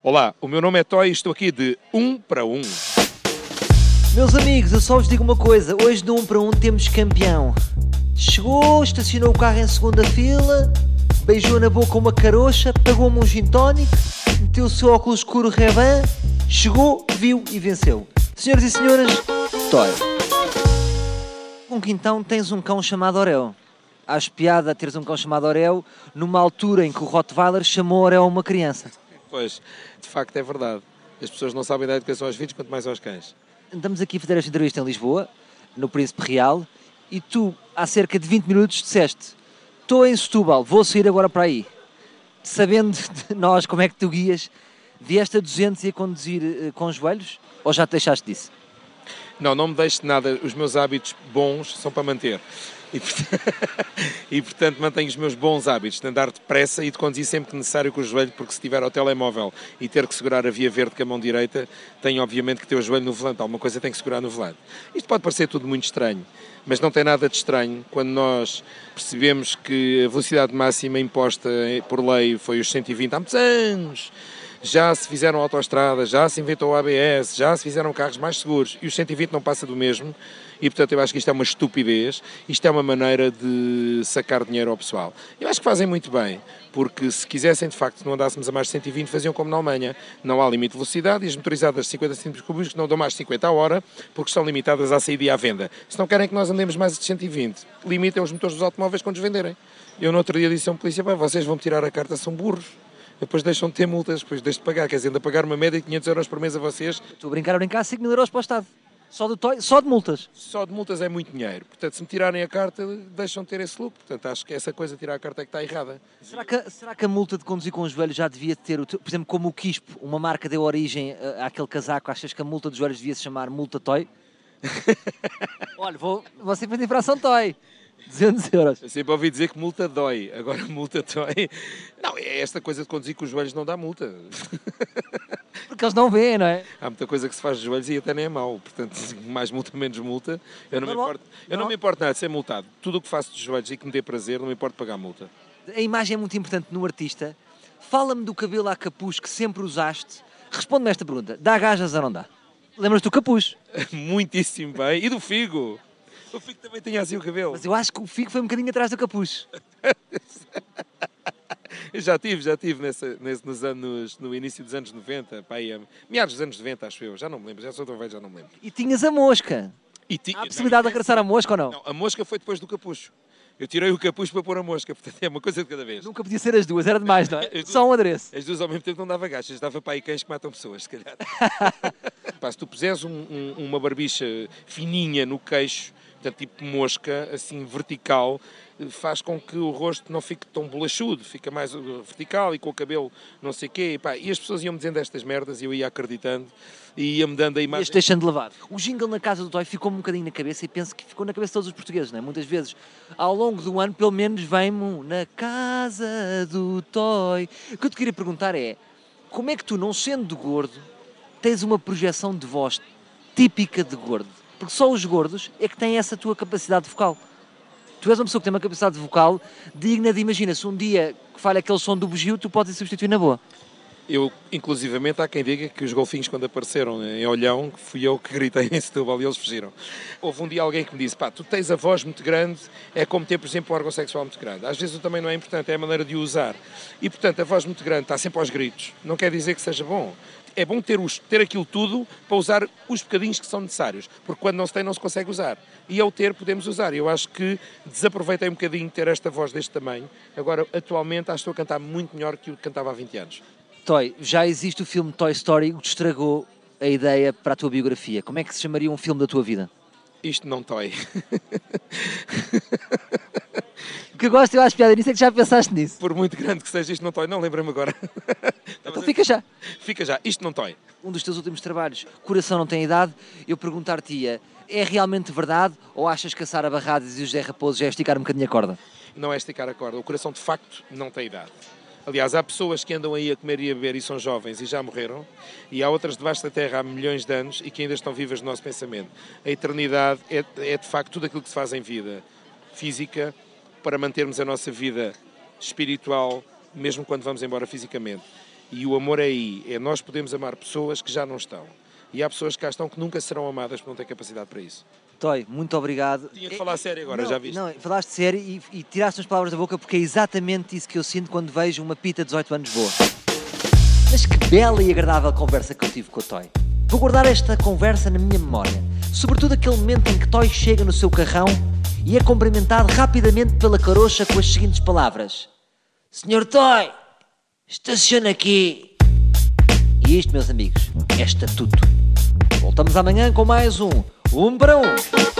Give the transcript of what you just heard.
Olá, o meu nome é Toy e estou aqui de 1 para 1. Meus amigos, eu só vos digo uma coisa. Hoje de 1 para 1 temos campeão. Chegou, estacionou o carro em segunda fila, beijou na boca uma carocha, pagou-me um gin tónico, meteu o seu óculos escuro Ray-Ban, chegou, viu e venceu. Senhoras e senhores, Toy. Com Quintão tens um cão chamado Orel. Acho piada teres um cão chamado Orel numa altura em que o Rottweiler chamou Orel a uma criança. Pois, de facto é verdade. As pessoas não sabem da educação aos filhos, quanto mais aos cães. Andamos aqui a fazer esta entrevista em Lisboa, no Príncipe Real, e tu, há cerca de 20 minutos, disseste: estou em Setúbal, vou sair agora para aí. Sabendo de nós como é que tu guias, vieste a 200 e a conduzir com os joelhos, ou já te deixaste disso? Não me deixe de nada. Os meus hábitos bons são para manter. E, portanto, mantenho os meus bons hábitos de andar depressa e de conduzir sempre que necessário com o joelho, porque se estiver ao telemóvel e ter que segurar a via verde com a mão direita, tenho obviamente que ter o joelho no volante. Alguma coisa tem que segurar no volante. Isto pode parecer tudo muito estranho, mas não tem nada de estranho quando nós percebemos que a velocidade máxima imposta por lei foi os 120 há muitos anos. Já se fizeram autoestradas, já se inventou o ABS, já se fizeram carros mais seguros e os 120 não passa do mesmo. E, portanto, eu acho que isto é uma estupidez, isto é uma maneira de sacar dinheiro ao pessoal. Eu acho que fazem muito bem, porque se quisessem, de facto, não andássemos a mais de 120, faziam como na Alemanha. Não há limite de velocidade e as motorizadas de 50 cm3 não dão mais de 50 a hora, porque estão limitadas à saída e à venda. Se não querem que nós andemos mais de 120, limitem os motores dos automóveis quando os venderem. Eu, no outro dia, disse a um polícia: vocês vão tirar a carta, são burros. Depois deixam de ter multas, depois deixam de pagar. Quer dizer, ainda pagar uma média de 500 euros por mês a vocês. Estou a brincar, 5 mil euros para o Estado. Só do Toy, só de multas. Só de multas é muito dinheiro. Portanto, se me tirarem a carta, deixam de ter esse lucro. Portanto, acho que essa coisa de tirar a carta é que está errada. Será que a multa de conduzir com os joelhos já devia ter, por exemplo, como o Quispo, uma marca deu origem àquele casaco, achas que a multa dos joelhos devia se chamar multa Toy? Olha, vou sempre pedir infração Toy. 200 euros. Eu sempre ouvi dizer que multa dói. Agora multa dói. Não, é esta coisa de conduzir com os joelhos não dá multa. Porque eles não veem, não é? Há muita coisa que se faz de joelhos e até nem é mau. Portanto, mais multa, menos multa. Eu não me importo nada de ser multado. Tudo o que faço de joelhos e que me dê prazer, não me importo pagar multa. A imagem é muito importante no artista. Fala-me do cabelo à capuz que sempre usaste. Responde-me esta pergunta. Dá gajas ou não dá? Lembras-te do capuz? Muitíssimo bem. E do Figo? O Figo também tinha assim o cabelo. Mas eu acho que o Figo foi um bocadinho atrás do capuz. Eu já tive no início dos anos 90, pá, meados dos anos 90, acho eu. Já não me lembro, já sou tão velho, já não me lembro. E tinhas a mosca. Há a possibilidade de agraçar a mosca ou não? Não, a mosca foi depois do capucho. Eu tirei o capucho para pôr a mosca, portanto é uma coisa de cada vez. Nunca podia ser as duas, era demais, não é? Só um adereço. As duas ao mesmo tempo não dava gachas, dava para aí cães que matam pessoas, se calhar. Pá, se tu puseres uma barbicha fininha no queixo, portanto, tipo mosca, assim vertical, faz com que o rosto não fique tão bolachudo, fica mais vertical e com o cabelo não sei o quê. E, pá, e as pessoas iam-me dizendo estas merdas e eu ia acreditando e ia-me dando a imagem. Ias deixando de levar. O jingle na casa do Toy ficou-me um bocadinho na cabeça e penso que ficou na cabeça de todos os portugueses, não é? Muitas vezes, ao longo do ano, pelo menos vem-me na casa do Toy. O que eu te queria perguntar é, como é que tu, não sendo gordo, tens uma projeção de voz típica de gordo? Porque só os gordos é que têm essa tua capacidade vocal. Tu és uma pessoa que tem uma capacidade vocal digna de, imagina, se um dia falha aquele som do bugio, tu podes substituir na boa. Eu, inclusivamente, há quem diga que os golfinhos, quando apareceram em Olhão, fui eu que gritei em Setúbal e eles fugiram. Houve um dia alguém que me disse: pá, tu tens a voz muito grande, é como ter, por exemplo, um órgão sexual muito grande. Às vezes também não é importante, é a maneira de o usar. E, portanto, a voz muito grande está sempre aos gritos. Não quer dizer que seja bom. É bom ter aquilo tudo para usar os bocadinhos que são necessários, porque quando não se tem não se consegue usar. E ao ter podemos usar. Eu acho que desaproveitei um bocadinho de ter esta voz deste tamanho. Agora, atualmente, acho que estou a cantar muito melhor que o que cantava há 20 anos. Toy, já existe o filme Toy Story que te estragou a ideia para a tua biografia. Como é que se chamaria um filme da tua vida? Isto não Toy. O que eu gosto, eu acho piada nisso, é que já pensaste nisso. Por muito grande que seja, isto não Toy. Não, lembra-me agora. Então fica já. Fica já, isto não Toy. Um dos teus últimos trabalhos, Coração Não Tem Idade, eu perguntar-te-ia, é realmente verdade ou achas que a Sara Barradas e o José Raposo é esticar um bocadinho a corda? Não é esticar a corda. O coração, de facto, não tem idade. Aliás, há pessoas que andam aí a comer e a beber e são jovens e já morreram, e há outras debaixo da terra há milhões de anos e que ainda estão vivas no nosso pensamento. A eternidade é de facto tudo aquilo que se faz em vida física para mantermos a nossa vida espiritual, mesmo quando vamos embora fisicamente. E o amor é aí. É nós podemos amar pessoas que já não estão. E há pessoas que cá estão que nunca serão amadas porque não têm capacidade para isso. Toy, muito obrigado. Tinha que falar sério agora, não, já viste? Não, falaste sério e tiraste as palavras da boca porque é exatamente isso que eu sinto quando vejo uma pita de 18 anos boa. Mas que bela e agradável conversa que eu tive com o Toy. Vou guardar esta conversa na minha memória. Sobretudo aquele momento em que Toy chega no seu carrão e é cumprimentado rapidamente pela carocha com as seguintes palavras: Senhor Toy, estaciona aqui. E isto, meus amigos, é estatuto. Voltamos amanhã com mais um para um.